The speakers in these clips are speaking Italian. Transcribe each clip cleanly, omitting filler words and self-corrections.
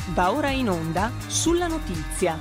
Va ora in onda Sulla Notizia.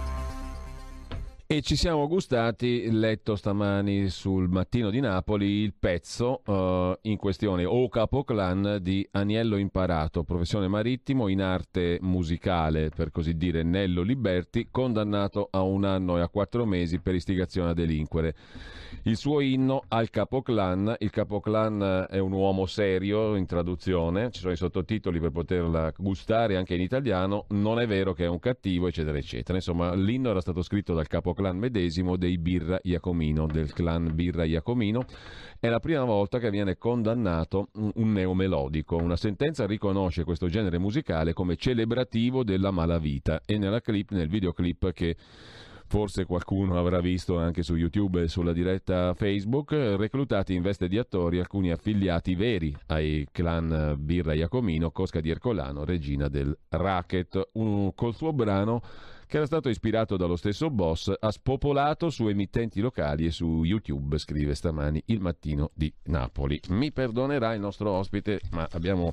E ci siamo gustati, letto stamani sul Mattino di Napoli, il pezzo in questione, O Capoclan di Aniello Imparato, professione marittimo in arte musicale, per così dire, Nello Liberti, condannato a 1 anno e a 4 mesi per istigazione a delinquere. Il suo inno al Capoclan, il Capoclan è un uomo serio in traduzione, ci sono i sottotitoli per poterla gustare anche in italiano, non è vero che è un cattivo, eccetera, eccetera. Insomma, l'inno era stato scritto dal Capoclan medesimo dei Birra Iacomino, del clan Birra Iacomino. È la prima volta che viene condannato un neomelodico. Una sentenza riconosce questo genere musicale come celebrativo della malavita e nel videoclip che forse qualcuno avrà visto anche su YouTube e sulla diretta Facebook, reclutati in veste di attori alcuni affiliati veri ai clan Birra Iacomino, Cosca di Ercolano, regina del racket, col suo brano che era stato ispirato dallo stesso boss, ha spopolato su emittenti locali e su YouTube, scrive stamani il Mattino di Napoli. Mi perdonerà il nostro ospite, ma abbiamo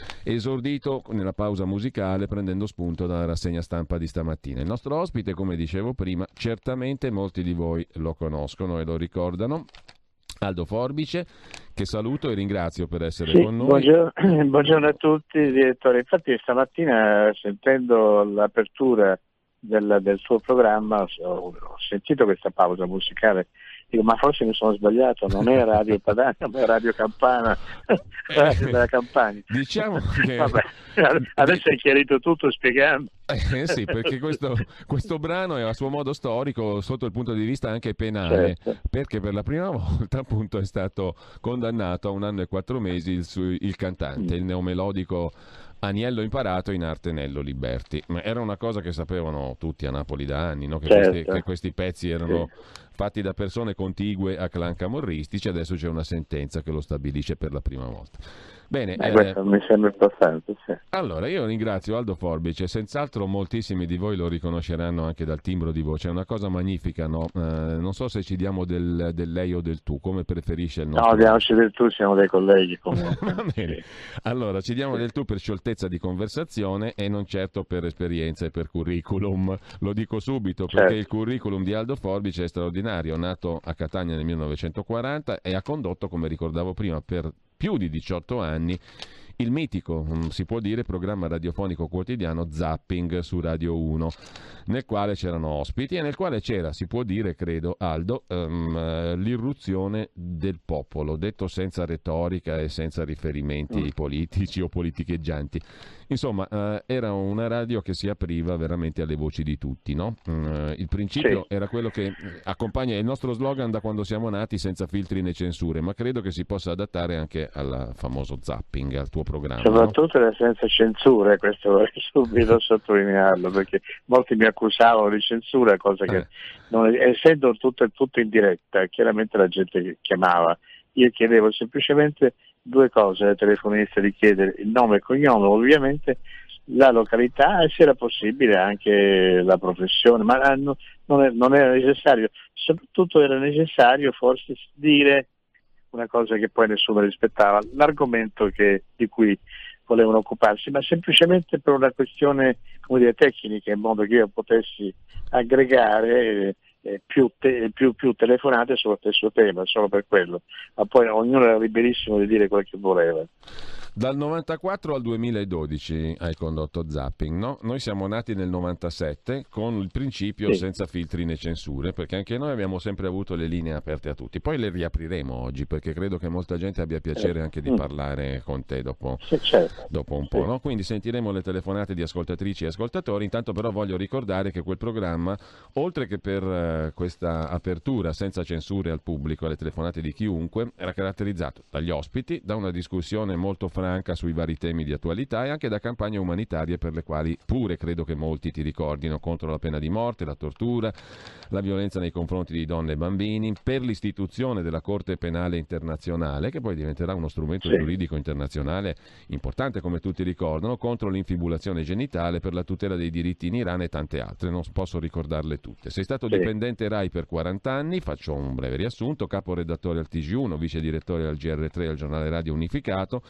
esordito nella pausa musicale prendendo spunto dalla rassegna stampa di stamattina. Il nostro ospite, come dicevo prima, certamente molti di voi lo conoscono e lo ricordano. Aldo Forbice, che saluto e ringrazio per essere con noi. Buongiorno a tutti, direttore. Infatti stamattina, sentendo l'apertura del suo programma, ho sentito questa pausa musicale, dico, ma forse mi sono sbagliato, non è Radio Padania, ma è Radio Campana, Radio della Campania. Diciamo che... Vabbè, adesso hai chiarito tutto spiegando. Sì, perché questo brano è a suo modo storico sotto il punto di vista anche penale, certo, perché per la prima volta appunto è stato condannato a 1 anno e 4 mesi il cantante, il neomelodico Aniello Imparato in arte Nello Liberti. Ma era una cosa che sapevano tutti a Napoli da anni, no? Che questi pezzi erano fatti da persone contigue a clan camorristici. Adesso c'è una sentenza che lo stabilisce per la prima volta. Bene, questo mi sembra importante, sì. Allora, io ringrazio Aldo Forbice, senz'altro moltissimi di voi lo riconosceranno anche dal timbro di voce, è una cosa magnifica, no? Non so se ci diamo del lei o del tu, come preferisce il nostro... No, diamoci del tu, siamo dei colleghi comunque. Va bene. Allora, ci diamo del tu per scioltezza di conversazione e non certo per esperienza e per curriculum. Lo dico subito perché il curriculum di Aldo Forbice è straordinario, nato a Catania nel 1940 e ha condotto, come ricordavo prima, per più di 18 anni il mitico, si può dire, programma radiofonico quotidiano Zapping su Radio 1, nel quale c'erano ospiti e nel quale c'era, si può dire, credo, Aldo, l'irruzione del popolo, detto senza retorica e senza riferimenti politici o politicheggianti. Insomma, era una radio che si apriva veramente alle voci di tutti, no? Il principio era quello che accompagna il nostro slogan da quando siamo nati, senza filtri né censure, ma credo che si possa adattare anche al famoso zapping, al tuo programma. Soprattutto era senza censure, questo vorrei subito sottolinearlo, perché molti mi accusavano di censura, cosa che essendo tutto in diretta, chiaramente la gente chiamava. Io chiedevo semplicemente 2 cose alle telefoniste, di chiedere il nome e cognome, ovviamente la località e se era possibile anche la professione, ma non era necessario, soprattutto era necessario forse dire una cosa che poi nessuno rispettava, l'argomento di cui volevano occuparsi, ma semplicemente per una questione, come dire, tecnica, in modo che io potessi aggregare più telefonate sullo stesso tema, solo per quello, ma poi ognuno era liberissimo di dire quel che voleva. Dal 94 al 2012 hai condotto Zapping, no? Noi siamo nati nel 97 con il principio senza filtri né censure, perché anche noi abbiamo sempre avuto le linee aperte a tutti. Poi le riapriremo oggi, perché credo che molta gente abbia piacere anche di parlare con te dopo un po', no? Quindi sentiremo le telefonate di ascoltatrici e ascoltatori. Intanto però voglio ricordare che quel programma, oltre che per questa apertura senza censure al pubblico, alle telefonate di chiunque, era caratterizzato dagli ospiti, da una discussione molto franca sui vari temi di attualità e anche da campagne umanitarie per le quali pure credo che molti ti ricordino, contro la pena di morte, la tortura, la violenza nei confronti di donne e bambini, per l'istituzione della Corte Penale Internazionale, che poi diventerà uno strumento giuridico internazionale importante, come tutti ricordano, contro l'infibulazione genitale, per la tutela dei diritti in Iran e tante altre, non posso ricordarle tutte. Sei stato dipendente RAI per 40 anni, faccio un breve riassunto, caporedattore al TG1, vice direttore al GR3 al Giornale Radio Unificato,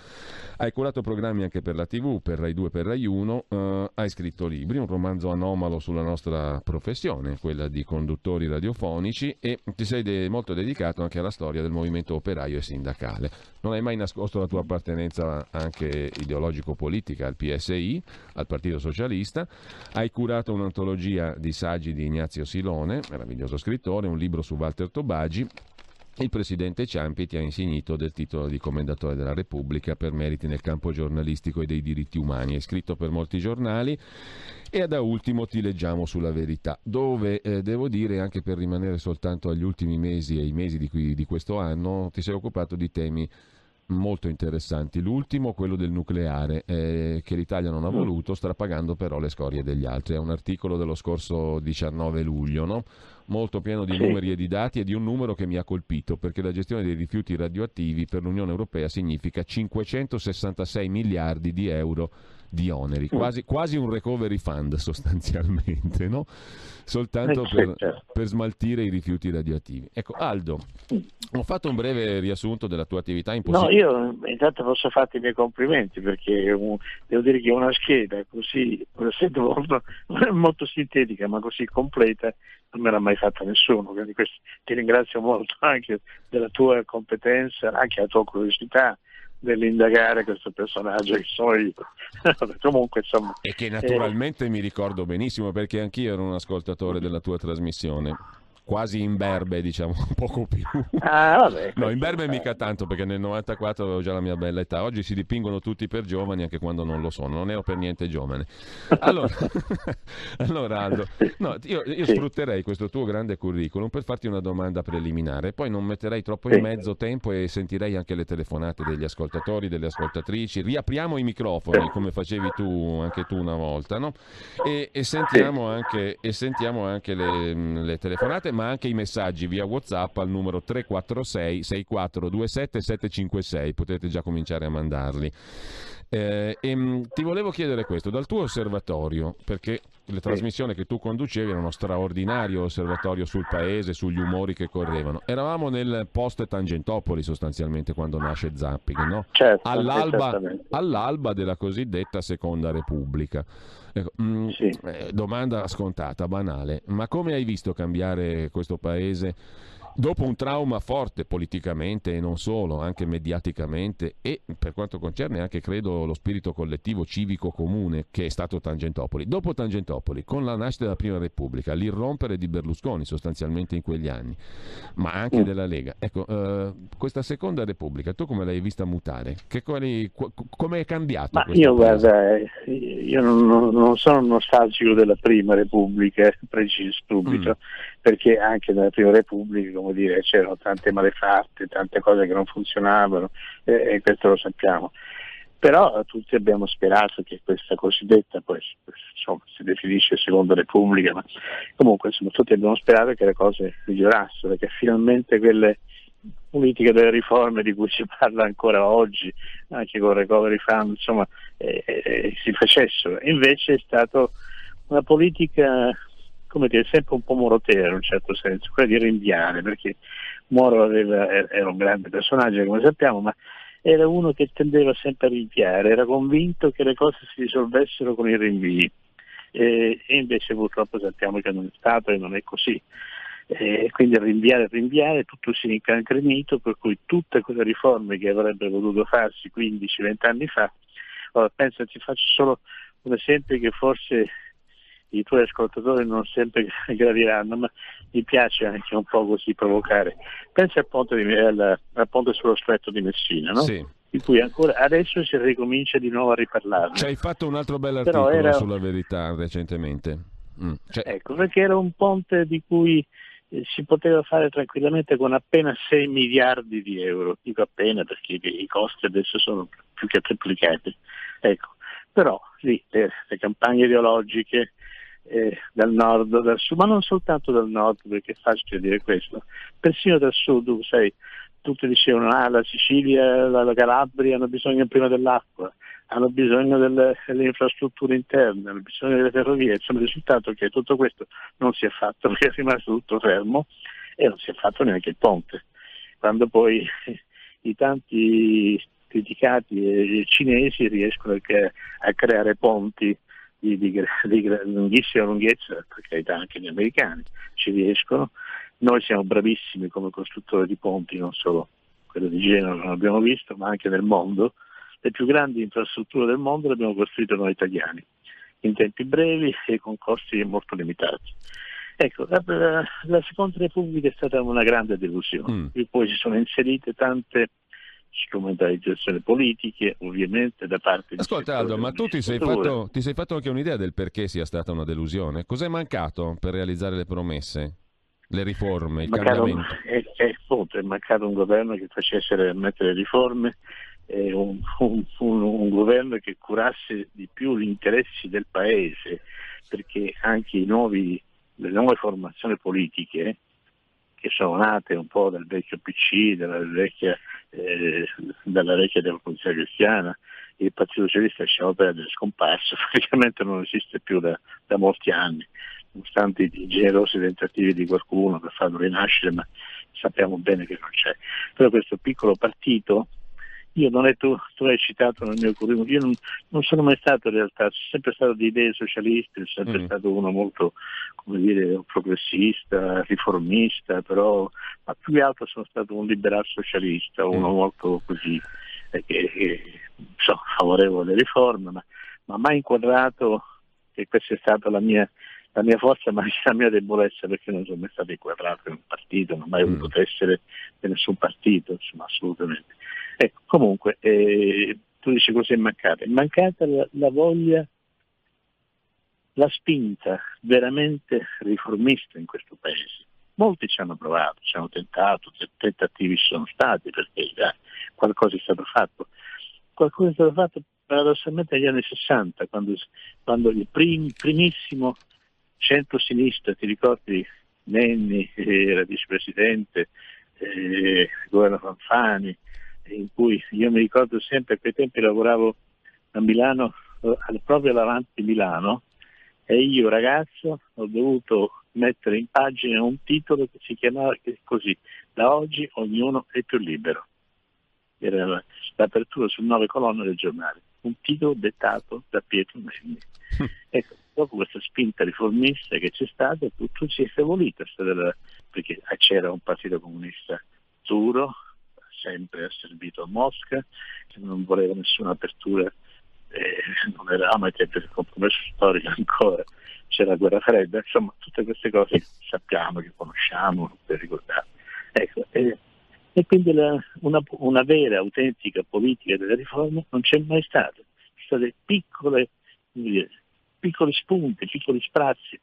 Hai curato programmi anche per la TV, per Rai 2, per Rai 1, hai scritto libri, un romanzo anomalo sulla nostra professione, quella di conduttori radiofonici, e ti sei molto dedicato anche alla storia del movimento operaio e sindacale. Non hai mai nascosto la tua appartenenza anche ideologico-politica al PSI, al Partito Socialista. Hai curato un'antologia di saggi di Ignazio Silone, meraviglioso scrittore, un libro su Walter Tobagi. Il presidente Ciampi ti ha insignito del titolo di Commendatore della Repubblica per meriti nel campo giornalistico e dei diritti umani. Hai scritto per molti giornali e da ultimo ti leggiamo sulla Verità, dove devo dire, anche per rimanere soltanto agli ultimi mesi e i mesi di questo anno, ti sei occupato di temi molto interessanti. L'ultimo, quello del nucleare, che l'Italia non ha voluto, strapagando però le scorie degli altri. È un articolo dello scorso 19 luglio, no? Molto pieno di numeri e di dati, e di un numero che mi ha colpito, perché la gestione dei rifiuti radioattivi per l'Unione Europea significa 566 miliardi di euro di oneri, quasi un recovery fund sostanzialmente, no? Soltanto per smaltire i rifiuti radioattivi. Ecco, Aldo, ho fatto un breve riassunto della tua attività in No, io intanto posso farti i miei complimenti, perché devo dire che una scheda così, essendo molto, molto sintetica ma così completa, non me l'ha mai fatta nessuno, quindi ti ringrazio molto anche della tua competenza, anche della tua curiosità nell'indagare questo personaggio che sono io. Comunque, insomma, e che naturalmente mi ricordo benissimo, perché anch'io ero un ascoltatore della tua trasmissione. Quasi imberbe, diciamo, un poco più. Vabbè, no, imberbe mica tanto, perché nel 94 avevo già la mia bella età. Oggi si dipingono tutti per giovani anche quando non lo sono. Non ero per niente giovane. Allora Aldo, no, io sfrutterei questo tuo grande curriculum per farti una domanda preliminare, poi non metterei troppo in mezzo tempo e sentirei anche le telefonate degli ascoltatori, delle ascoltatrici. Riapriamo i microfoni come facevi anche tu una volta, no? E sentiamo anche le telefonate, ma anche i messaggi via WhatsApp al numero 346 6427 756. Potete già cominciare a mandarli. Ti volevo chiedere questo, dal tuo osservatorio, perché le trasmissioni che tu conducevi erano uno straordinario osservatorio sul paese, sugli umori che correvano. Eravamo nel post Tangentopoli sostanzialmente quando nasce Zapping, no? Certo, all'alba della cosiddetta Seconda Repubblica. Ecco, domanda scontata, banale, ma come hai visto cambiare questo paese dopo un trauma forte politicamente e non solo, anche mediaticamente, e per quanto concerne anche, credo, lo spirito collettivo civico comune che è stato Tangentopoli? Dopo Tangentopoli, con la nascita della Prima Repubblica, l'irrompere di Berlusconi sostanzialmente in quegli anni, ma anche della Lega, ecco, questa Seconda Repubblica tu come l'hai vista mutare? Come è cambiato? Ma io paese? Guarda, io non sono nostalgico della Prima Repubblica, preciso subito, perché anche nella Prima Repubblica, come dire, c'erano tante malefatte, tante cose che non funzionavano, e questo lo sappiamo. Però tutti abbiamo sperato che questa cosiddetta, poi insomma, si definisce Seconda Repubblica, ma comunque insomma, tutti abbiamo sperato che le cose migliorassero, che finalmente quelle politiche delle riforme di cui si parla ancora oggi, anche con Recovery Fund, insomma, si facessero. Invece è stata una politica, come dire, sempre un po' morotera in un certo senso, quella di rinviare, perché Moro era un grande personaggio, come sappiamo, ma era uno che tendeva sempre a rinviare, era convinto che le cose si risolvessero con i rinvii, e invece purtroppo sappiamo che non è stato e non è così. Quindi rinviare, tutto si è incancrenito, per cui tutte quelle riforme che avrebbero potuto farsi 15-20 anni fa, penso, ti faccio solo un esempio che forse i tuoi ascoltatori non sempre gradiranno, ma mi piace anche un po' così provocare. Pensa al ponte sullo Stretto di Messina, no? Sì. Di cui ancora adesso si ricomincia di nuovo a riparlarne. Ci hai fatto un altro bell'articolo sulla Verità recentemente. Ecco, perché era un ponte di cui si poteva fare tranquillamente con appena 6 miliardi di euro. Dico appena perché i costi adesso sono più che triplicati. Ecco. Però lì le campagne ideologiche dal nord, dal sud, ma non soltanto dal nord, perché è facile dire questo, persino dal sud, sai, tutti dicevano la Sicilia, la Calabria hanno bisogno prima dell'acqua, hanno bisogno delle infrastrutture interne, hanno bisogno delle ferrovie. Insomma, il risultato è che tutto questo non si è fatto, perché è rimasto tutto fermo e non si è fatto neanche il ponte. Quando poi i tanti criticati, e i cinesi riescono a creare ponti di lunghissima lunghezza, per carità anche gli americani ci riescono. Noi siamo bravissimi come costruttori di ponti, non solo quello di Genova non abbiamo visto, ma anche nel mondo. Le più grandi infrastrutture del mondo le abbiamo costruite noi italiani, in tempi brevi e con costi molto limitati. Ecco, la Seconda Repubblica è stata una grande delusione, e poi si sono inserite tante strumentalizzazioni politiche, ovviamente, da parte di... Ascolta Aldo, ma tu ti sei fatto anche un'idea del perché sia stata una delusione? Cos'è mancato per realizzare le promesse, le riforme, il cambiamento? È mancato un governo che facesse realmente le riforme, un governo che curasse di più gli interessi del Paese, perché anche le nuove formazioni politiche, che sono nate un po' dal vecchio PC, dalla vecchia Democrazia Cristiana, il Partito Socialista lasciamo perdere, è scomparso, praticamente non esiste più da molti anni, nonostante i generosi tentativi di qualcuno per farlo rinascere, ma sappiamo bene che non c'è. Però questo piccolo partito, io non è tu hai citato nel mio curriculum, io non sono mai stato in realtà, sono sempre stato di idee socialiste, sono sempre stato uno molto, come dire, progressista, riformista, però, ma più che altro sono stato un liberal socialista, uno molto così, favorevole alle riforme, ma mai inquadrato che questa è stata la mia forza, ma la mia debolezza, perché non sono mai stato inquadrato in un partito, non ho mai avuto tessere di nessun partito, insomma, assolutamente. Ecco, comunque, tu dici cosa è mancata? È mancata la voglia, la spinta veramente riformista in questo Paese. Molti ci hanno provato, ci hanno tentato, tentativi ci sono stati, perché qualcosa è stato fatto. Qualcosa è stato fatto paradossalmente negli anni 60, quando il primissimo centro-sinistra, ti ricordi, Nenni era vicepresidente, il governo Fanfani, in cui io mi ricordo sempre, a quei tempi lavoravo a Milano, proprio davanti a Milano, e io ragazzo ho dovuto mettere in pagina un titolo che si chiamava così: da oggi ognuno è più libero. Era l'apertura su 9 colonne del giornale, un titolo dettato da Pietro Nenni. Ecco, dopo questa spinta riformista che c'è stata, tutto si è affievolito, perché c'era un partito comunista duro, sempre asservito a Mosca, che non voleva nessuna apertura, non eravamo ai tempi del compromesso storico ancora, c'era la guerra fredda, insomma tutte queste cose che sappiamo, che conosciamo, per ricordare. Ecco, e quindi una vera, autentica politica delle riforme non c'è mai stata. Sono state piccoli spunti, piccoli sprazzi,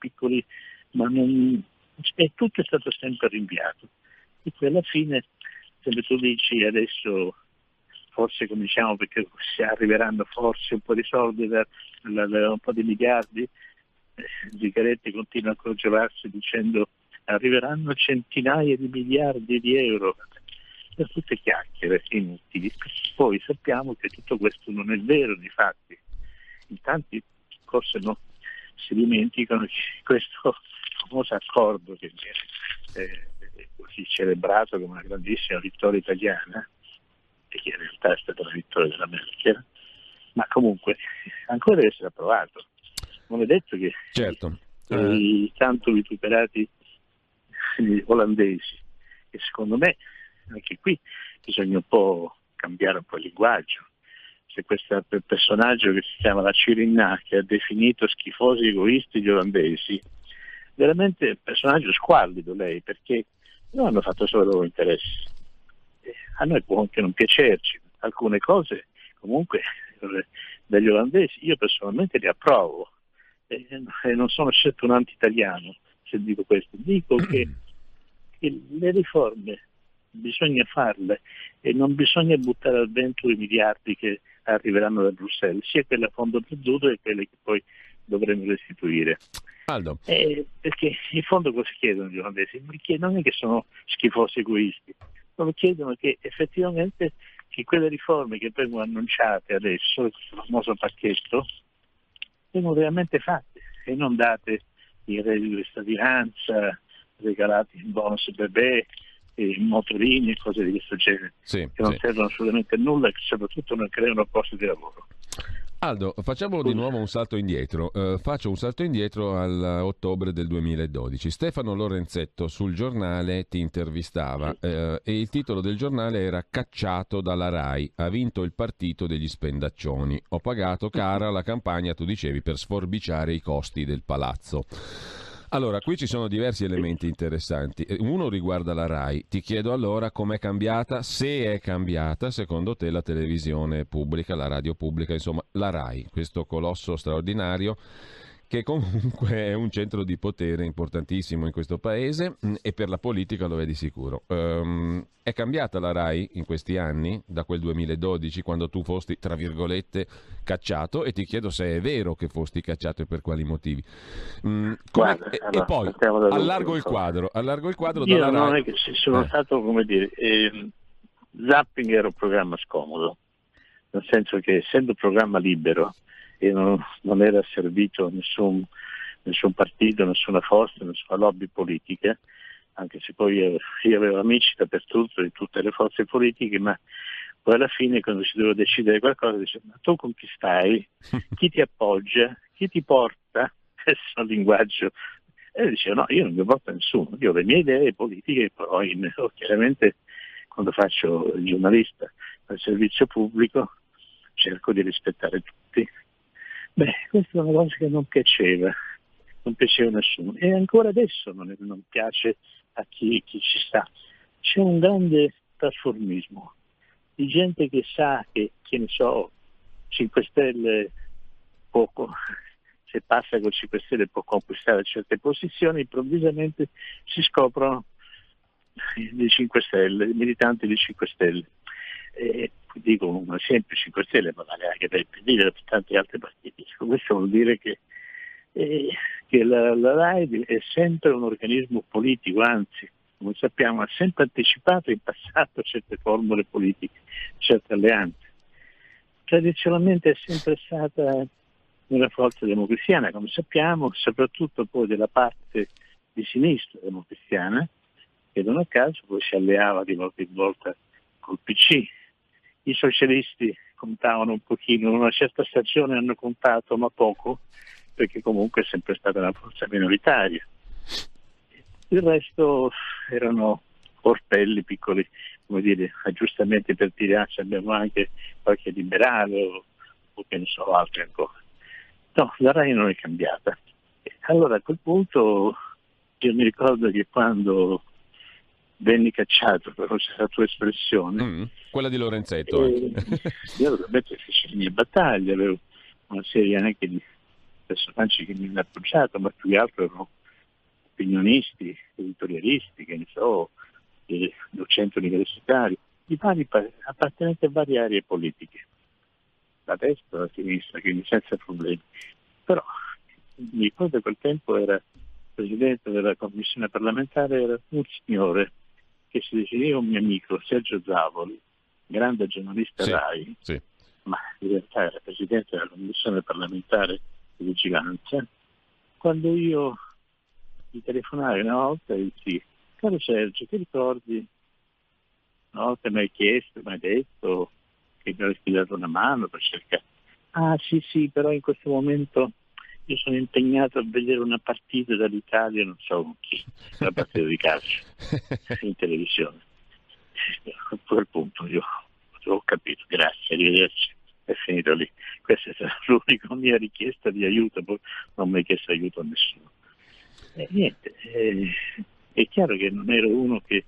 e tutto è stato sempre rinviato. E poi alla fine, sempre tu dici adesso forse cominciamo, perché arriveranno forse un po' di soldi, un po' di miliardi, Zingaretti continua a crogiolarsi dicendo arriveranno centinaia di miliardi di euro. Per tutte chiacchiere inutili. Poi sappiamo che tutto questo non è vero di fatti. In tanti forse si dimenticano che questo famoso accordo, che viene così celebrato come una grandissima vittoria italiana, e che in realtà è stata la vittoria della Merkel, ma comunque ancora deve essere approvato. Non è detto che i tanto vituperati olandesi, e secondo me anche qui bisogna un po' cambiare un po' il linguaggio. Se questo personaggio che si chiama la Cirinna, che ha definito schifosi egoisti gli olandesi, veramente un personaggio squallido lei, perché non hanno fatto solo i loro interessi. A noi può anche non piacerci alcune cose, comunque dagli olandesi io personalmente li approvo, e non sono certo un anti-italiano se dico questo. Dico che le riforme bisogna farle e non bisogna buttare al vento i miliardi che arriveranno da Bruxelles, sia quelle a fondo perduto e quelle che poi dovremo restituire. Aldo. Perché in fondo cosa chiedono gli olandesi? Non è che sono schifosi egoisti, loro chiedono che effettivamente che quelle riforme che vengono annunciate adesso, questo famoso pacchetto, vengono realmente fatte e non date il reddito di cittadinanza, regalati in bonus bebè, motorini e cose di questo genere, sì, che non servono assolutamente a nulla e che soprattutto non creano posti di lavoro. Aldo, facciamo di nuovo un salto indietro. Faccio un salto indietro all'ottobre del 2012. Stefano Lorenzetto sul giornale ti intervistava e il titolo del giornale era "Cacciato dalla Rai. Ha vinto il partito degli spendaccioni. Ho pagato cara la campagna", tu dicevi, "per sforbiciare i costi del palazzo". Allora, qui ci sono diversi elementi interessanti. Uno riguarda la Rai. Ti chiedo allora com'è cambiata, se è cambiata, secondo te, la televisione pubblica, la radio pubblica, insomma, la Rai, questo colosso straordinario che comunque è un centro di potere importantissimo in questo paese e per la politica lo è di sicuro. È cambiata la Rai in questi anni, da quel 2012, quando tu fosti, tra virgolette, cacciato, e ti chiedo se è vero che fosti cacciato e per quali motivi. Guarda, E poi allargo il quadro io dalla non Rai. è che sono stato, come dire, Zapping era un programma scomodo, nel senso che essendo un programma libero e non era servito a nessun partito, nessuna forza, nessuna lobby politica, anche se poi io avevo amici dappertutto, di tutte le forze politiche, ma poi alla fine quando si doveva decidere qualcosa dicevo: ma tu con chi stai? Chi ti appoggia? Chi ti porta? Questo è un linguaggio. E dicevo: no, io non mi porto a nessuno, io ho le mie idee politiche, poi chiaramente quando faccio il giornalista al servizio pubblico cerco di rispettare tutti. Beh, questa è una cosa che non piaceva a nessuno e ancora adesso non piace a chi ci sta. C'è un grande trasformismo di gente che sa che ne so, 5 Stelle poco, se passa con 5 Stelle può conquistare certe posizioni, improvvisamente si scoprono dei 5 Stelle, militanti di 5 Stelle. Dico un esempio: 5 Stelle, ma vale anche per il PD e per tanti altri partiti. Questo vuol dire che la RAI è sempre un organismo politico, anzi, come sappiamo, ha sempre anticipato in passato certe formule politiche, certe alleanze. Tradizionalmente è sempre stata una forza democristiana, come sappiamo, soprattutto poi della parte di sinistra democristiana, che non a caso poi si alleava di volta in volta col PC. I socialisti contavano un pochino, in una certa stagione hanno contato, ma poco, perché comunque è sempre stata una forza minoritaria. Il resto erano orpelli, piccoli, come dire, aggiustamenti per tirarci, abbiamo anche qualche liberale o che ne so, altri ancora. No, la RAI non è cambiata. Allora a quel punto io mi ricordo che quando venni cacciato, però c'è la tua espressione, quella di Lorenzetto io ovviamente feci le mie battaglie, avevo una serie anche di personaggi che mi hanno appoggiato, ma più che altro erano opinionisti, editorialisti, che ne so, docenti universitari, appartenenti a varie aree politiche, la destra, la sinistra, quindi senza problemi. Però mi ricordo che quel tempo era presidente della commissione parlamentare, era un signore che si defineva un mio amico, Sergio Zavoli, grande giornalista RAI, sì. ma in realtà era presidente della commissione parlamentare di vigilanza. Quando io gli telefonai una volta e dissi: caro Sergio, ti ricordi una volta mi hai detto che mi avresti dato una mano per cercare? Ah sì, però in questo momento io sono impegnato a vedere una partita dall'Italia, non so con chi, una partita di calcio in televisione. A quel punto io ho capito, grazie, arrivederci, è finito lì. Questa è stata l'unica mia richiesta di aiuto, poi non mi ho chiesto aiuto a nessuno. Niente, è chiaro che non ero uno che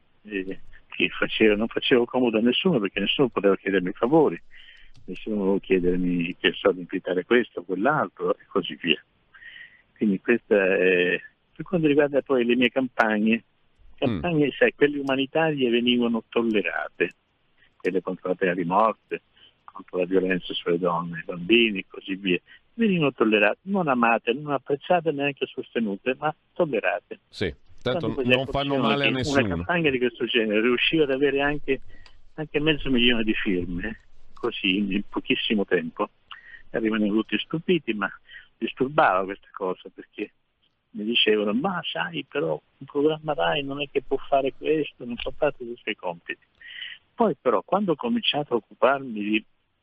non facevo comodo a nessuno, perché nessuno poteva chiedermi favori, nessuno poteva chiedermi che so di invitare questo o quell'altro e così via. Quindi questa è, per quanto riguarda poi le mie campagne, sai, quelle umanitarie venivano tollerate, quelle contro la pena di morte, contro la violenza sulle donne, i bambini e così via, venivano tollerate, non amate, non apprezzate, neanche sostenute, ma tollerate. Sì, tanto non fanno male a nessuno. Una campagna di questo genere riusciva ad avere anche 500.000 di firme, così in pochissimo tempo, e rimanevano tutti stupiti, ma disturbava questa cosa, perché mi dicevano, ma sai, però un programma RAI non è che può fare questo, non fa parte dei suoi compiti. Poi però quando ho cominciato a occuparmi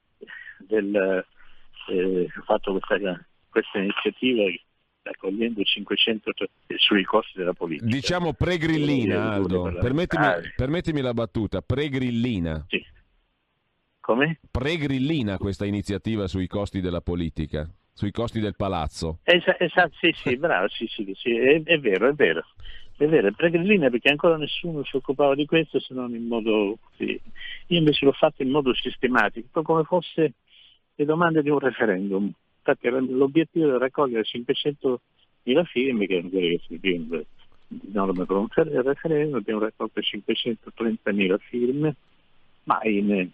ho fatto questa iniziativa raccogliendo 500 sui costi della politica. Diciamo pre-grillina, Aldo, permettimi la battuta, pre-grillina. Sì. Come? Pre-grillina questa iniziativa sui costi della politica, sui costi del palazzo. Esatto, sì, bravo, sì, è vero. È vero, è pre-grillina perché ancora nessuno si occupava di questo se non in modo così. Io invece l'ho fatto in modo sistematico, come fosse le domande di un referendum. Infatti l'obiettivo era raccogliere 500.000 firme, che erano quelle che servivano di norme per un referendum. Abbiamo raccolto 530.000 firme, ma in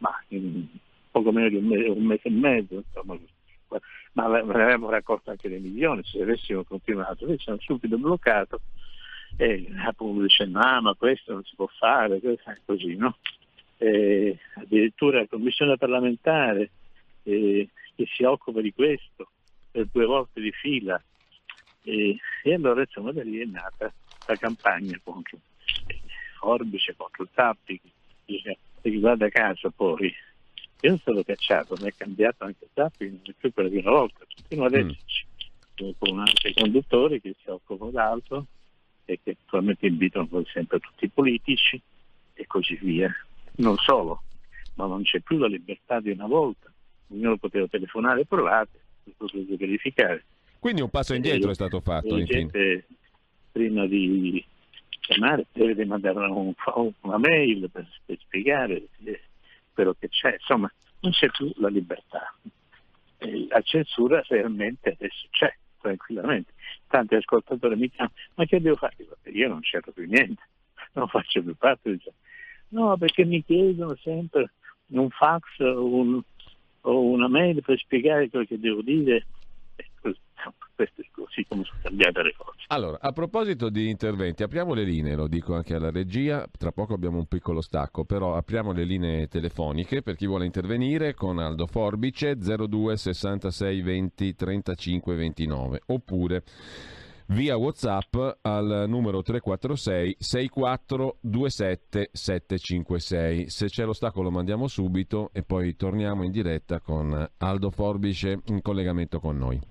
poco meno di un mese e mezzo, insomma. Ma avremmo raccolto anche dei milioni se avessimo continuato. Noi ci hanno subito bloccato e appunto dicendo ma questo non si può fare, così, no? Addirittura la commissione parlamentare che si occupa di questo per 2 volte di fila e allora insomma da lì è nata la campagna contro Forbice, contro Tappi, che guarda caso poi io sono stato cacciato, mi è cambiato anche Tappi, non è più per la prima volta, continua ad esserci con altri conduttori che si occupano d'altro e che naturalmente invitano poi sempre tutti i politici e così via. Non solo, ma non c'è più la libertà di una volta, ognuno poteva telefonare e provare, poteva verificare. Quindi un passo indietro è stato fatto. La gente prima di chiamare deve mandare una mail per spiegare quello che c'è, insomma non c'è più la libertà. La censura realmente adesso c'è, tranquillamente. Tanti ascoltatori mi chiamano, ma che devo fare? Io non cerco più niente, non faccio più parte di ciò. No, perché mi chiedono sempre un fax o una mail per spiegare quello che devo dire. Questo è così come sono cambiate le cose. Allora, a proposito di interventi, apriamo le linee, lo dico anche alla regia, tra poco abbiamo un piccolo stacco, però apriamo le linee telefoniche per chi vuole intervenire con Aldo Forbice 02 66 20 35 29 oppure via WhatsApp al numero 346 64 27 756. Se c'è lo stacco lo mandiamo subito e poi torniamo in diretta con Aldo Forbice in collegamento con noi.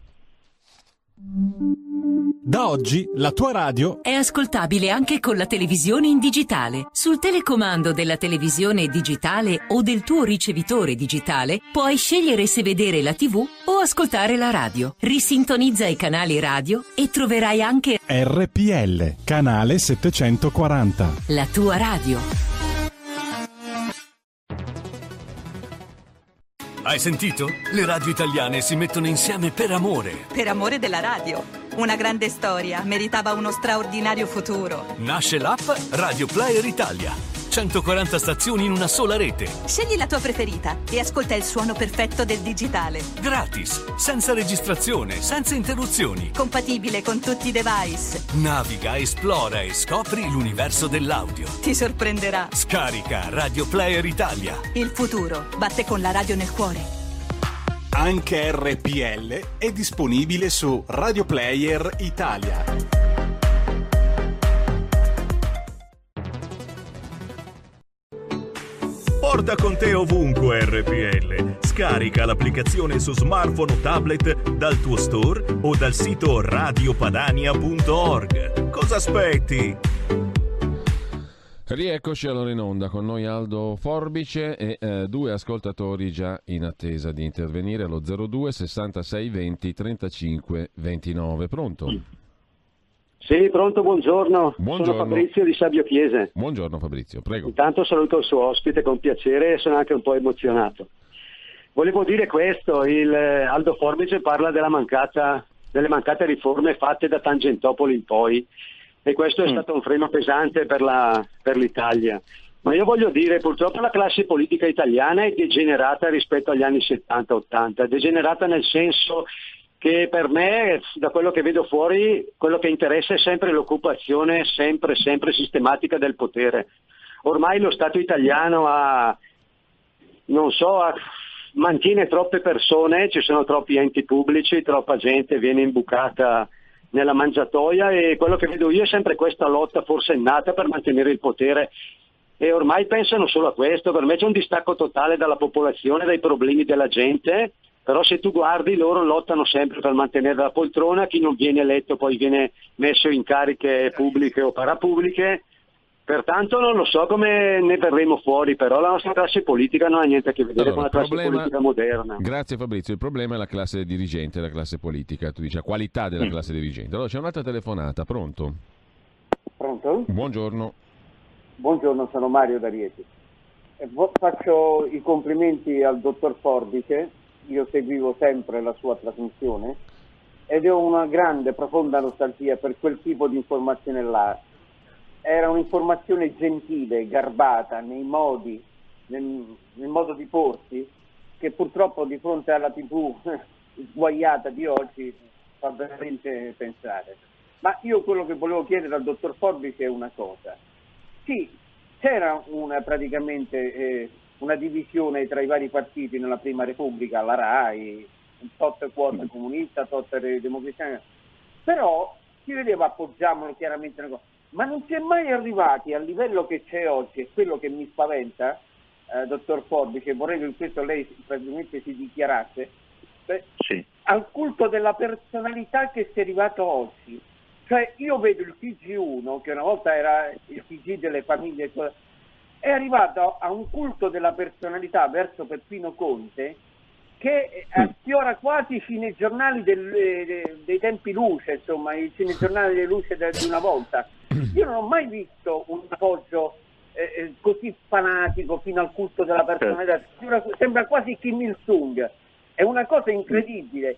Da oggi la tua radio è ascoltabile anche con la televisione in digitale. Sul telecomando della televisione digitale o del tuo ricevitore digitale puoi scegliere se vedere la TV o ascoltare la radio. Risintonizza i canali radio e troverai anche RPL, canale 740. La tua radio. Hai sentito? Le radio italiane si mettono insieme per amore. Per amore della radio. Una grande storia meritava uno straordinario futuro. Nasce l'app Radio Player Italia. 140 stazioni in una sola rete. Scegli la tua preferita e ascolta il suono perfetto del digitale. Gratis, senza registrazione, senza interruzioni. Compatibile con tutti i device. Naviga, esplora e scopri l'universo dell'audio. Ti sorprenderà. Scarica Radio Player Italia. Il futuro batte con la radio nel cuore. Anche RPL è disponibile su Radio Player Italia. Porta con te ovunque RPL. Scarica l'applicazione su smartphone o tablet dal tuo store o dal sito radiopadania.org. Cosa aspetti? Rieccoci allora in onda con noi Aldo Forbice e 2 ascoltatori già in attesa di intervenire allo 02 66 20 35 29. Pronto? Sì, pronto, buongiorno. Buongiorno. Sono Fabrizio di Sabio Chiese. Buongiorno Fabrizio, prego. Intanto saluto il suo ospite con piacere e sono anche un po' emozionato. Volevo dire questo, Aldo Forbice parla delle mancate riforme fatte da Tangentopoli in poi e questo è stato un freno pesante per l'Italia. Ma io voglio dire, purtroppo la classe politica italiana è degenerata rispetto agli anni 70-80, degenerata nel senso che per me, da quello che vedo fuori, quello che interessa è sempre l'occupazione sempre sistematica del potere. Ormai lo Stato italiano mantiene troppe persone, ci sono troppi enti pubblici, troppa gente viene imbucata nella mangiatoia, e quello che vedo io è sempre questa lotta forsennata per mantenere il potere, e ormai pensano solo a questo. Per me c'è un distacco totale dalla popolazione, dai problemi della gente, però se tu guardi loro lottano sempre per mantenere la poltrona, chi non viene eletto poi viene messo in cariche pubbliche o parapubbliche. Pertanto non lo so come ne verremo fuori, però la nostra classe politica non ha niente a che vedere con la classe politica moderna. Grazie Fabrizio, il problema è la classe dirigente, la classe politica, tu dici la qualità della classe dirigente. Allora c'è un'altra telefonata, pronto? Pronto? Buongiorno. Buongiorno, sono Mario da Rieti. Faccio i complimenti al dottor Forbice, io seguivo sempre la sua trasmissione ed ho una grande, profonda nostalgia per quel tipo di informazione là. Era un'informazione gentile, garbata, nei modi, nel modo di porsi, che purtroppo di fronte alla TV sguaiata di oggi fa veramente pensare. Ma io quello che volevo chiedere al dottor Forbice è una cosa. Sì, c'era praticamente una divisione tra i vari partiti nella Prima Repubblica, la RAI, tot quota comunista, tot democristiana, però si vedeva, appoggiamolo chiaramente una cosa. Ma non si è mai arrivati al livello che c'è oggi, e quello che mi spaventa, dottor Forbice, vorrei che in questo lei praticamente si dichiarasse, sì, al culto della personalità che si è arrivato oggi. Cioè io vedo il TG1, che una volta era il TG delle famiglie, è arrivato a un culto della personalità verso Peppino Conte, che affiora quasi i cinegiornali dei tempi luce, insomma, i cinegiornali delle luce di una volta. Io non ho mai visto un appoggio così fanatico fino al culto della personalità. Sembra quasi Kim Il-sung. È una cosa incredibile.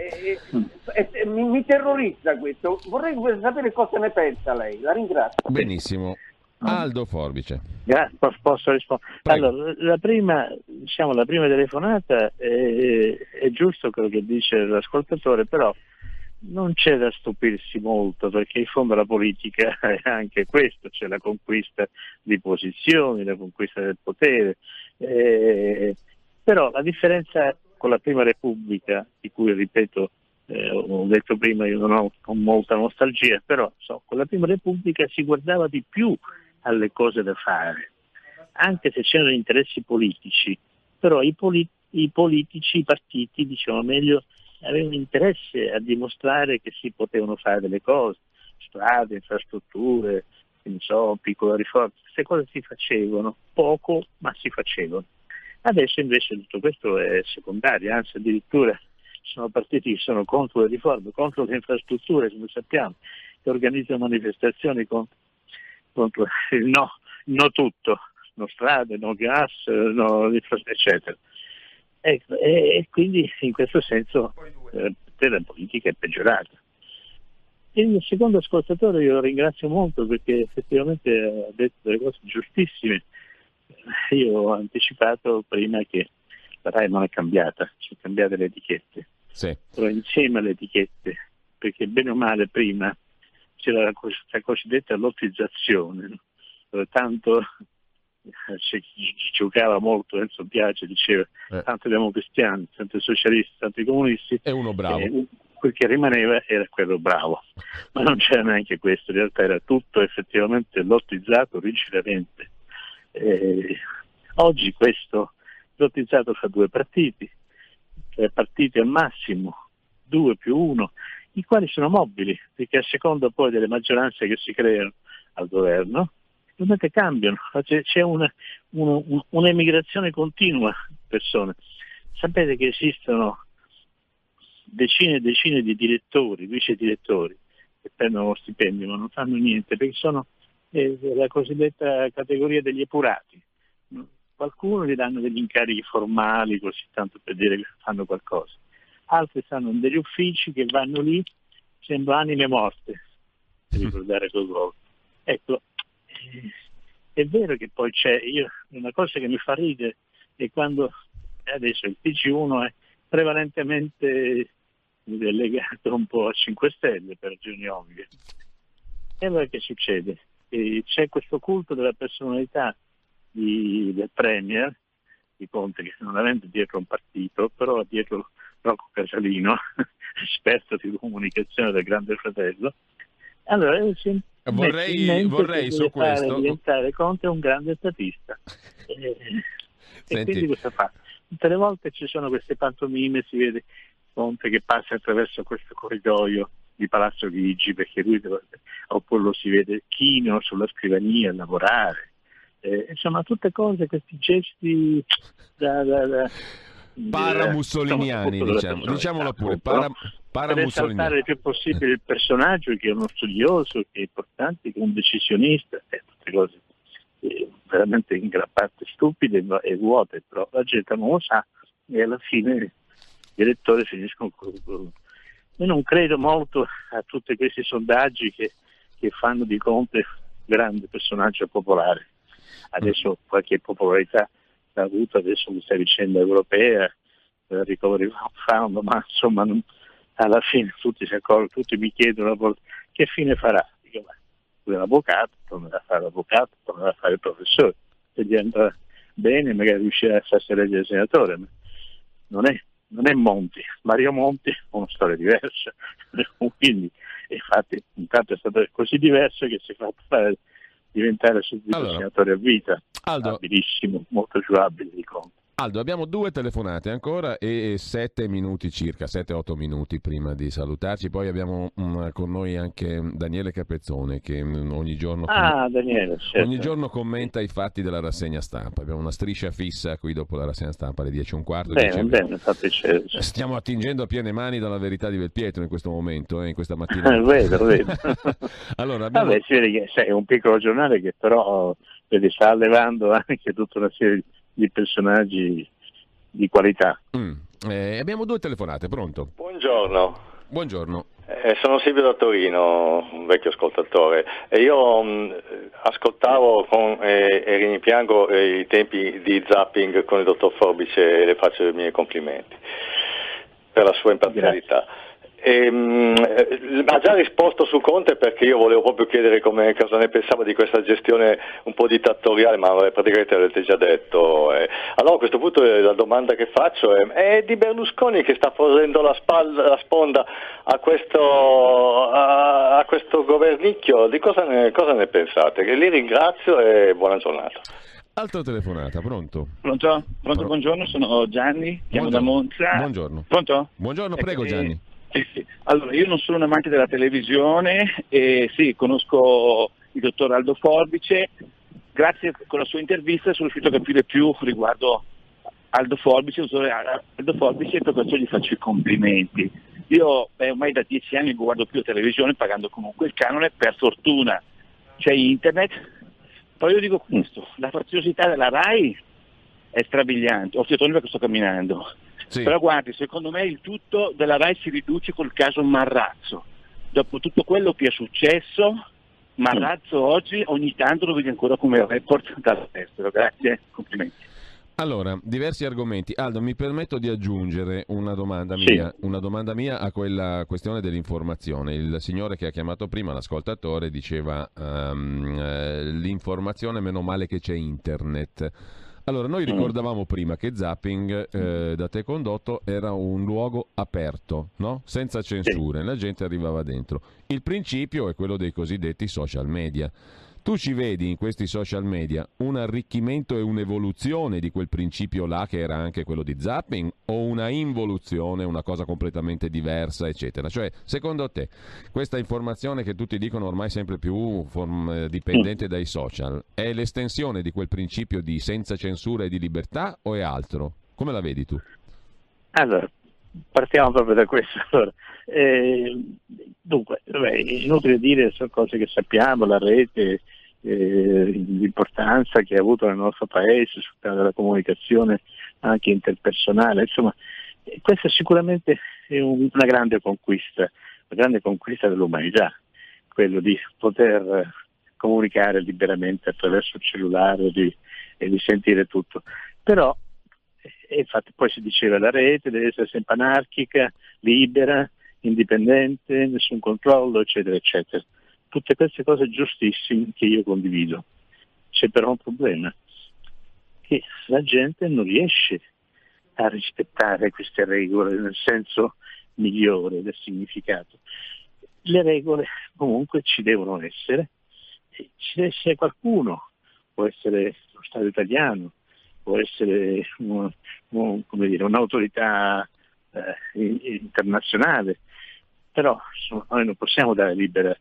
Mi terrorizza questo. Vorrei sapere cosa ne pensa lei. La ringrazio. Benissimo. Aldo Forbice. Posso rispondere? Allora, la prima telefonata è giusto quello che dice l'ascoltatore, però non c'è da stupirsi molto, perché in fondo la politica è anche questo, c'è la conquista di posizioni, la conquista del potere, però la differenza con la Prima Repubblica, di cui ripeto, ho detto prima, io non ho con molta nostalgia, però con la Prima Repubblica si guardava di più alle cose da fare, anche se c'erano interessi politici, però i politici, i partiti, diciamo meglio, avevano interesse a dimostrare che si potevano fare delle cose, strade, infrastrutture, piccole riforme, queste cose si facevano, poco ma si facevano. Adesso invece tutto questo è secondario, anzi addirittura sono partiti che sono contro le riforme, contro le infrastrutture, come sappiamo, che organizzano manifestazioni contro il no tutto, no strade, no gas, no eccetera. Ecco, e quindi in questo senso la politica è peggiorata. Il secondo ascoltatore io lo ringrazio molto perché effettivamente ha detto delle cose giustissime. Io ho anticipato prima che la RAI non è cambiata, sono cambiate le etichette, sì. Però insieme alle etichette, perché bene o male prima c'era la cosiddetta lottizzazione, no? Dove tanto ci giocava molto, Enzo Biagi diceva tanto democristiani, tanto socialisti, tanto comunisti, e uno bravo. Quel che rimaneva era quello bravo, ma non c'era neanche questo, in realtà era tutto effettivamente lottizzato rigidamente. Oggi questo lottizzato fra due partiti, 3 partiti al massimo, 2 più 1, i quali sono mobili, perché a seconda poi delle maggioranze che si creano al governo, ovviamente cambiano, c'è un'emigrazione continua di persone. Sapete che esistono decine e decine di direttori, vice direttori, che prendono lo stipendio ma non fanno niente, perché sono la cosiddetta categoria degli epurati. Qualcuno gli danno degli incarichi formali, così tanto per dire che fanno qualcosa. Altri stanno in degli uffici che vanno lì, sembra anime morte, per ricordare quel luogo. Ecco, è vero che poi c'è, una cosa che mi fa ridere è quando adesso il TG1 è prevalentemente legato un po' a 5 Stelle per ragioni ovvie. E allora che succede? C'è questo culto della personalità del Premier, di Conte, che non avendo dietro un partito, però dietro Rocco Casalino, esperto di comunicazione del Grande Fratello. Allora vorrei su questo diventare Conte un grande statista. E quindi cosa fa? Tutte le volte ci sono queste pantomime, si vede Conte che passa attraverso questo corridoio di Palazzo Chigi, perché lui oppure lo si vede chino sulla scrivania a lavorare. Insomma, tutte cose, questi gesti paramussoliniani, diciamolo pure, per esaltare il più possibile il personaggio, che è uno studioso, che è importante, che è un decisionista, tutte cose veramente in gran parte stupide e vuote, però la gente non lo sa e alla fine gli elettori finiscono con. Io non credo molto a tutti questi sondaggi che fanno di Conte grande personaggio popolare. Adesso qualche popolarità l'ha avuto, adesso questa vicenda europea, Recovery Fund, ma insomma alla fine tutti si accorgono, tutti mi chiedono che fine farà. Dico, ma lui è un avvocato, tornerà a fare l'avvocato, tornerà a fare il professore, se gli andrà bene magari riuscirà a farsi eleggere senatore, ma non è Monti. Mario Monti è una storia diversa, quindi infatti intanto è stato così diverso che si è fatto diventare subito senatore a vita. Aldo, abilissimo, molto più abile di Conte. Aldo, abbiamo 2 telefonate ancora e 7 minuti circa, 7-8 minuti prima di salutarci. Poi abbiamo con noi anche Daniele Capezzone che ogni giorno, Daniele, certo, ogni giorno commenta i fatti della rassegna stampa. Abbiamo una striscia fissa qui dopo la rassegna stampa alle 10:15. Bene, fa piacere. Stiamo attingendo a piene mani dalla verità di Belpietro in questo momento, in questa mattina. Vedo. Allora, si vede che è un piccolo giornale che però sta allevando anche tutta una serie di personaggi di qualità. Abbiamo 2 telefonate, pronto? Buongiorno. Sono Silvio da Torino, un vecchio ascoltatore, e io ascoltavo e rimpiango i tempi di zapping con il dottor Forbice e le faccio i miei complimenti per la sua imparzialità. Ha già risposto su Conte, perché io volevo proprio chiedere cosa ne pensava di questa gestione un po' dittatoriale, ma praticamente l'avete già detto. Allora a questo punto la domanda che faccio è di Berlusconi, che sta fornendo la sponda a questo governicchio. Di cosa ne pensate? Che li ringrazio e buona giornata. Altra telefonata, pronto? Pronto, buongiorno, sono Gianni, chiamo da Monza. Buongiorno. Pronto? Buongiorno, prego Gianni. Sì. Allora, io non sono un amante della televisione e sì, conosco il dottor Aldo Forbice. Grazie con la sua intervista sono riuscito a capire più riguardo Aldo Forbice, e per questo gli faccio i complimenti. Io ormai da 10 anni guardo più la televisione, pagando comunque il canone, per fortuna c'è internet, però io dico questo, la faziosità della RAI è strabiliante, ho fiatone perché sto camminando. Sì. Però guardi, secondo me il tutto della RAI si riduce col caso Marrazzo. Dopo tutto quello che è successo, Marrazzo oggi ogni tanto lo vedi ancora come report dall'estero. Grazie, complimenti. Allora, diversi argomenti. Aldo, mi permetto di aggiungere una domanda mia a quella questione dell'informazione. Il signore che ha chiamato prima, l'ascoltatore, diceva l'informazione, meno male che c'è internet. Allora, noi ricordavamo prima che Zapping, da te condotto, era un luogo aperto, no? Senza censure, la gente arrivava dentro. Il principio è quello dei cosiddetti social media. Tu ci vedi in questi social media un arricchimento e un'evoluzione di quel principio là, che era anche quello di Zapping, o una involuzione, una cosa completamente diversa, eccetera? Cioè, secondo te, questa informazione che tutti dicono ormai sempre più dipendente dai social, è l'estensione di quel principio di senza censura e di libertà o è altro? Come la vedi tu? Allora, partiamo proprio da questo. Allora, dunque, inutile dire, sono cose che sappiamo, la rete, l'importanza che ha avuto nel nostro paese sul piano della comunicazione anche interpersonale, insomma, questa sicuramente è una grande conquista dell'umanità, quello di poter comunicare liberamente attraverso il cellulare e di sentire tutto. Però, infatti poi si diceva la rete deve essere sempre anarchica, libera, indipendente, nessun controllo, eccetera, eccetera. Tutte queste cose giustissime che io condivido. C'è però un problema, che la gente non riesce a rispettare queste regole, nel senso migliore del significato. Le regole comunque ci devono essere, e ci deve essere qualcuno, può essere lo Stato italiano, può essere un'autorità internazionale, però noi non possiamo dare libera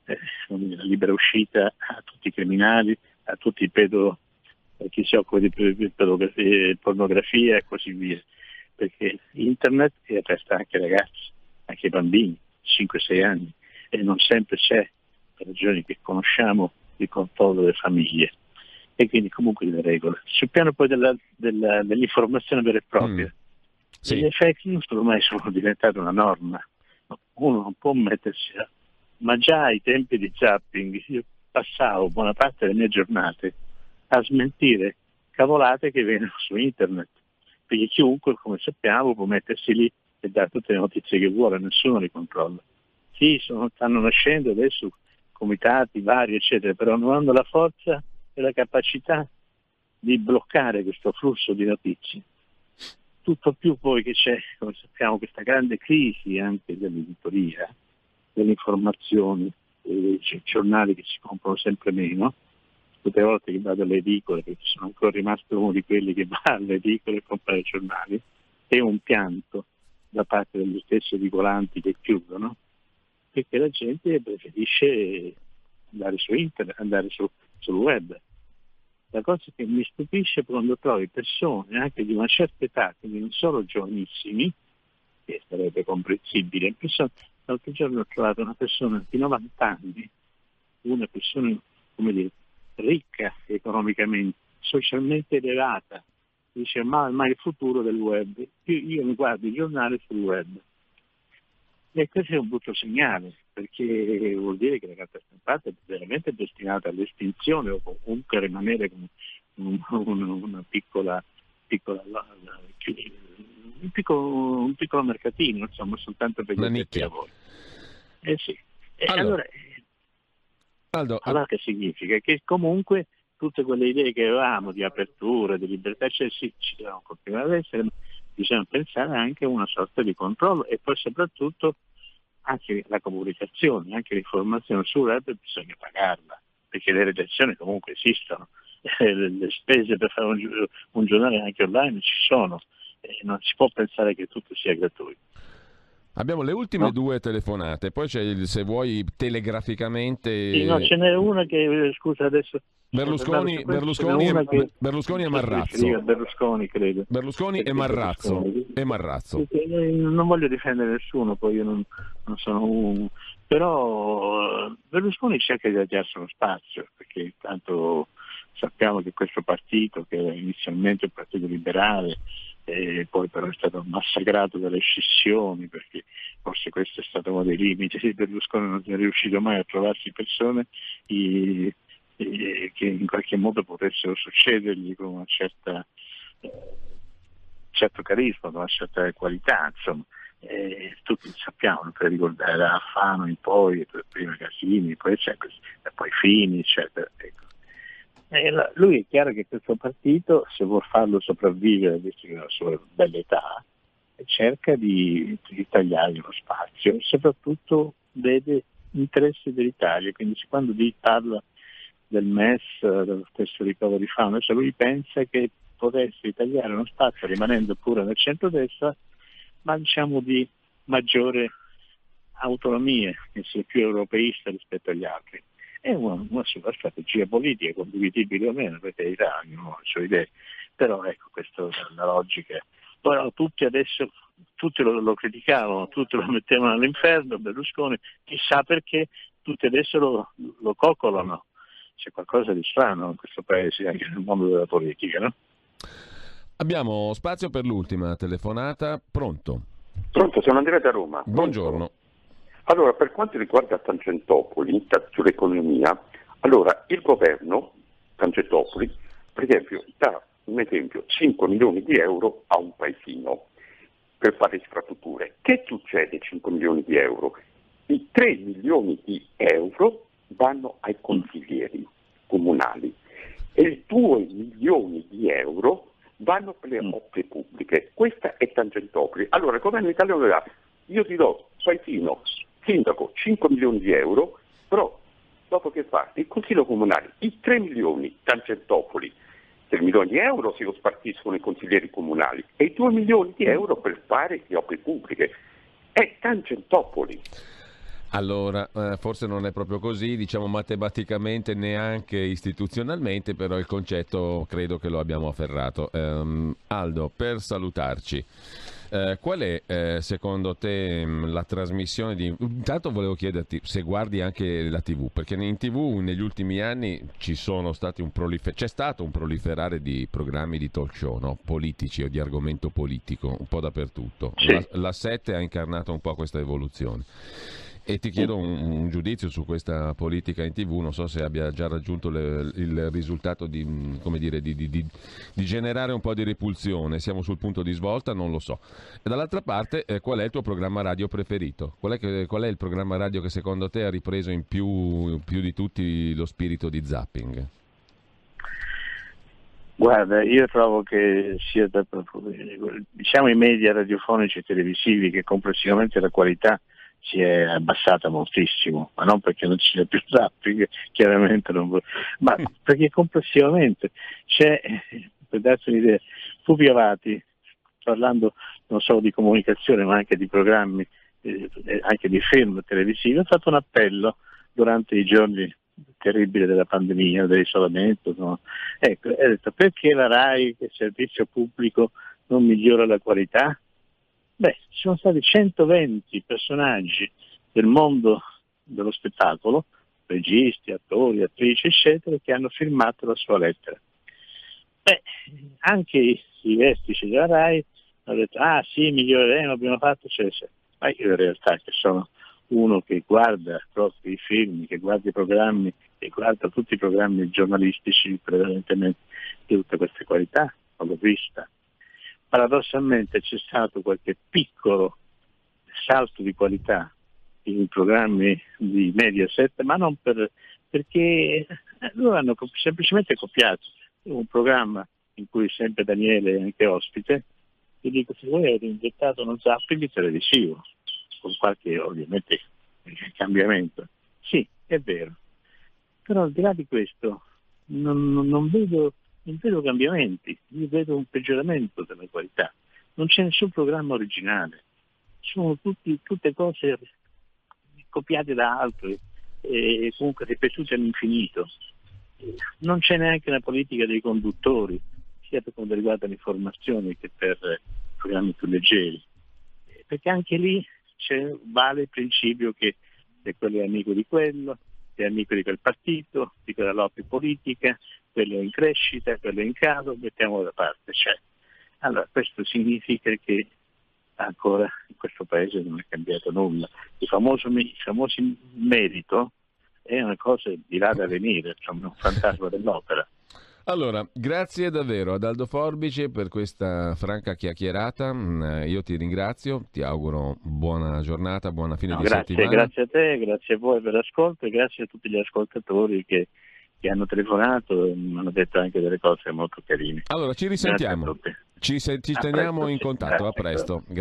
uscita a tutti i criminali, a tutti chi si occupa di pornografia e così via, perché internet è aperta anche ai ragazzi, anche ai bambini, 5-6 anni, e non sempre c'è, per ragioni che conosciamo, il controllo delle famiglie, e quindi comunque delle regole. Sul piano poi dell'informazione vera e propria, sì. Le fake news ormai sono diventate una norma, uno non può mettersi ma già ai tempi di zapping io passavo buona parte delle mie giornate a smentire cavolate che vengono su internet, perché chiunque, come sappiamo, può mettersi lì e dare tutte le notizie che vuole, nessuno li controlla. Sì, stanno nascendo adesso comitati vari eccetera, però non hanno la forza e la capacità di bloccare questo flusso di notizie. Tutto più poi che c'è, come sappiamo, questa grande crisi anche dell'editoria, dell'informazione, dei giornali che si comprano sempre meno. Tutte le volte che vado alle edicole, perché sono ancora rimasto uno di quelli che va alle edicole e compra i giornali, è un pianto da parte degli stessi edicolanti che chiudono, perché la gente preferisce andare su internet, andare sul web. La cosa che mi stupisce è quando trovi persone anche di una certa età, quindi non solo giovanissimi, che sarebbe comprensibile. L'altro giorno ho trovato una persona di 90 anni, una persona, come dire, ricca economicamente, socialmente elevata, dice ma il futuro del web, io mi guardo i giornali sul web. E questo è un brutto segnale, perché vuol dire che la carta stampata è veramente destinata all'estinzione o comunque a rimanere come una piccola un piccolo mercatino, insomma, soltanto per gli addetti ai lavori. Sì. Allora che significa? Che comunque tutte quelle idee che avevamo di apertura, di libertà, cioè sì, ci devono continuare ad essere, ma bisogna pensare anche a una sorta di controllo e poi soprattutto anche la comunicazione, anche l'informazione sul web bisogna pagarla, perché le redazioni comunque esistono, le spese per fare un giornale anche online ci sono, non si può pensare che tutto sia gratuito. Abbiamo le ultime due telefonate, poi c'è, se vuoi, telegraficamente... Sì, no, ce n'è una che, scusa adesso... Berlusconi e Marrazzo. Berlusconi, credo. Berlusconi e Marrazzo. Non voglio difendere nessuno, poi io non sono un... Però Berlusconi cerca di darsi uno spazio, perché tanto sappiamo che questo partito, che era inizialmente un partito liberale, e poi però è stato massacrato dalle scissioni, perché forse questo è stato uno dei limiti. Berlusconi non è riuscito mai a trovarsi persone che in qualche modo potessero succedergli con un certo carisma, con una certa qualità, insomma. Tutti sappiamo, per ricordare da Alfano in poi, prima Casini, poi Fini, eccetera. Ecco. Lui è chiaro che questo partito, se vuol farlo sopravvivere, visto che ha la sua bella età, cerca di tagliargli lo spazio e soprattutto vede interessi dell'Italia, quindi quando parla del MES, dello stesso recovery fund, cioè lui pensa che potesse tagliare uno spazio rimanendo pure nel centrodestra, ma diciamo di maggiore autonomia, essere più europeista rispetto agli altri. È una sua strategia politica, condividibile o meno, per carità, ognuno ha le sue idee, però ecco, questa è la logica. Però tutti lo criticavano, tutti lo mettevano all'inferno, Berlusconi, chissà perché tutti adesso lo coccolano. C'è qualcosa di strano in questo paese, anche nel mondo della politica, no? Abbiamo spazio per l'ultima telefonata. Pronto, sono Andrea da Roma. Buongiorno. Allora, per quanto riguarda Tangentopoli, sull'economia, allora il governo Tangentopoli, per esempio, dà un esempio 5 milioni di euro a un paesino per fare infrastrutture. Che succede 5 milioni di euro? I 3 milioni di euro vanno ai consiglieri comunali e i 2 milioni di euro vanno per le opere pubbliche. Questa è Tangentopoli. Allora il governo italiano dà io ti do, paesino, sindaco, 5 milioni di euro, però dopo che fa il Consiglio Comunale, i 3 milioni Tangentopoli, 3 milioni di euro se lo spartiscono i consiglieri comunali e i 2 milioni di euro per fare le opere pubbliche. È Tangentopoli. Allora, forse non è proprio così, diciamo matematicamente, neanche istituzionalmente, però il concetto credo che lo abbiamo afferrato. Aldo, per salutarci, qual è secondo te la trasmissione di... Intanto volevo chiederti se guardi anche la TV, perché in TV negli ultimi anni c'è stato un proliferare di programmi di talk show, no? Politici o di argomento politico, un po' dappertutto. Sì. La 7 ha incarnato un po' questa evoluzione. E ti chiedo un giudizio su questa politica in TV, non so se abbia già raggiunto il risultato di generare un po' di repulsione, siamo sul punto di svolta, non lo so. E dall'altra parte, qual è il tuo programma radio preferito? Qual è il programma radio che secondo te ha ripreso in più di tutti lo spirito di zapping? Guarda, io trovo che sia diciamo i media radiofonici e televisivi che complessivamente la qualità si è abbassata moltissimo, ma non perché non ci sia più zapping, chiaramente ma perché complessivamente c'è, per darsi un'idea, Pupi Avati, parlando non solo di comunicazione ma anche di programmi, anche di film televisivi, ha fatto un appello durante i giorni terribili della pandemia, dell'isolamento, no? Ecco, ha detto: perché la RAI, che servizio pubblico, non migliora la qualità? Beh, ci sono stati 120 personaggi del mondo dello spettacolo, registi, attori, attrici, eccetera, che hanno firmato la sua lettera. Beh, anche i vertici della RAI hanno detto: ah sì, miglioreremo, abbiamo fatto, eccetera. Ma io in realtà, che sono uno che guarda proprio i film, che guarda i programmi, che guarda tutti i programmi giornalistici, prevalentemente di tutte queste qualità, non l'ho vista. Paradossalmente c'è stato qualche piccolo salto di qualità in programmi di Mediaset, ma non perché loro hanno semplicemente copiato un programma in cui sempre Daniele è anche ospite, e dico: se voi avete inventato uno zapping televisivo, con qualche ovviamente cambiamento, sì, è vero, però al di là di questo non vedo cambiamenti, io vedo un peggioramento della qualità, non c'è nessun programma originale, sono tutte cose copiate da altri e comunque ripetute all'infinito. Non c'è neanche una politica dei conduttori, sia per quanto riguarda l'informazione che per programmi più leggeri, perché anche lì vale il principio che se quello è amico di quello, è amico di quel partito, di quella lobby politica, quello è in crescita, quello è in calo, mettiamolo da parte. Allora, questo significa che ancora in questo paese non è cambiato nulla. I famosi merito è una cosa di là da venire, insomma, un fantasma dell'opera. Allora, grazie davvero ad Aldo Forbice per questa franca chiacchierata, io ti ringrazio, ti auguro buona giornata, buona fine di settimana. Grazie a te, grazie a voi per l'ascolto e grazie a tutti gli ascoltatori che hanno telefonato e mi hanno detto anche delle cose molto carine. Allora, ci risentiamo, ci teniamo in contatto, a presto.